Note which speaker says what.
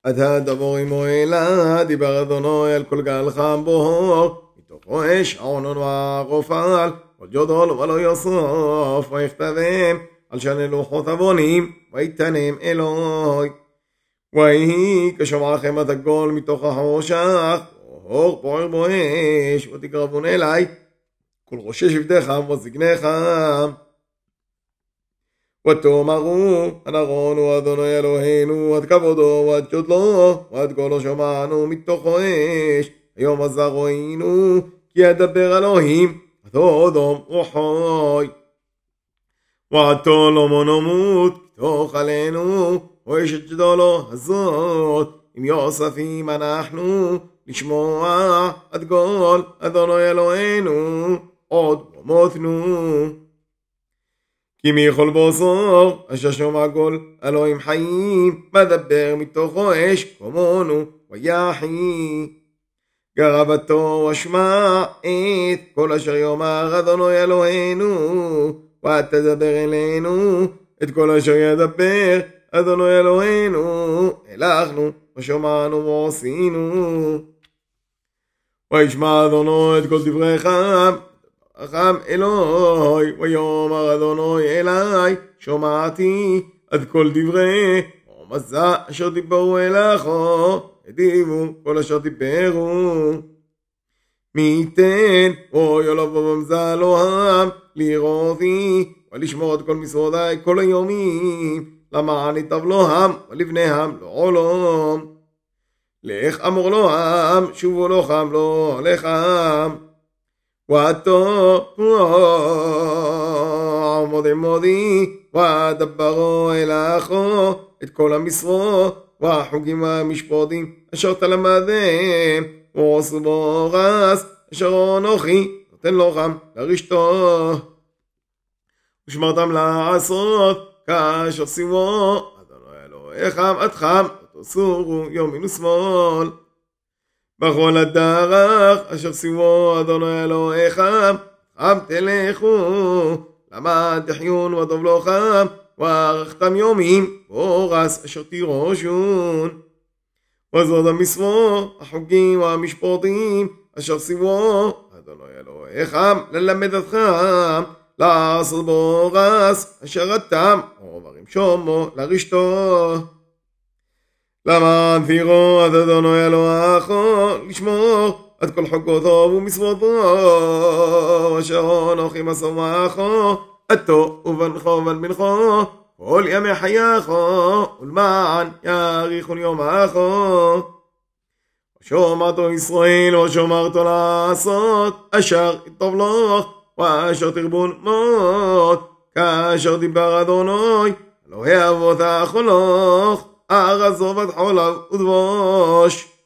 Speaker 1: עד הדבור עמו אלה, דיבר אדוני על כל גל חם בו, מתוכו אש העונון והרופל, כל ג'ודול ולא יוסוף, ויכתבם על שני לוחות עוונים, ויתנם אלוהי. ויהי כשמעכם את הגול מתוך החושך, אור פוער בו אש, ותקרבון אלי, כל ראשי שבטיכם וזקניכם. ותאמרו, אנרון הוא אדוני אלוהינו, עד כבודו ועד גודלו, ועד קולו שמענו מתוכו אש, היום עזר ראינו, כי ידבר אלוהים, עתו אדום רוחוי. ועתו לא מונמות, תוך עלינו, ואש את גדולו הזאת, עם יוספים אנחנו, לשמוע עד גול אדוני אלוהינו, עוד ומותנו. כי מי יכול בוסור, אשר שומע גול אלוהים חיים, מדבר מתוכו אש כמונו ויחי. גרבתו ושמע את כל אשר יאמר אדוני אלוהינו, ותדבר אלינו את כל אשר ידבר אדוני אלוהינו, הלכנו ושמענו ועשינו. וישמע אדוני את כל דבריכם, חכם אלוהי, ויאמר אדוני אלי, שמעתי עד כל דברי ומזה אשר דיברו אליכו, הדיבו כל אשר דיברו. מי ייתן ויולב במזה אלוהם לראותי, ולשמור את כל משרודי כל היומים, למען יטב להם ולבניהם לעולם. לך אמור להם, שובו לכם לא לכם. ועתו עמוד עמודי, ודברו אליכו את כל המשרות והחוגים והמשפטים אשר תלמדם, ועשו בו רס אשר אנוכי נותן לכם לרשתו. ושמרתם לעשות כאשר ציווה אדוני אלוהיכם עדכם, ותסורו ימין ושמאל. בכל הדרך אשר ציווה אדוני אלוהיכם, עם תלכו, למען תחיון וטוב לכם, וארכתם יומים, ואורס אשר תירושון. וזאת המשרות, החוקים והמשפטים, אשר ציווה אדוני אלוהיכם, ללמד אתכם, לעשות בו רס, אשר אתם, עוברים שומו לרשתו. למען תראו עד אדוני אלוהיכו, לשמור עד כל חוקותו ומצוותו, אשר אנוכי מסומכו, עתו ובנכו ובנכו, כל ימי חייכו, ולמען יאריכון יומכו. ושומרתו ישראל ושומרתו לעשות, אשר יטוב לך, ואשר תרבון מות, כאשר דיבר אדוני, אלוהי אבותיך לך, ארז עובד חלב ודבש.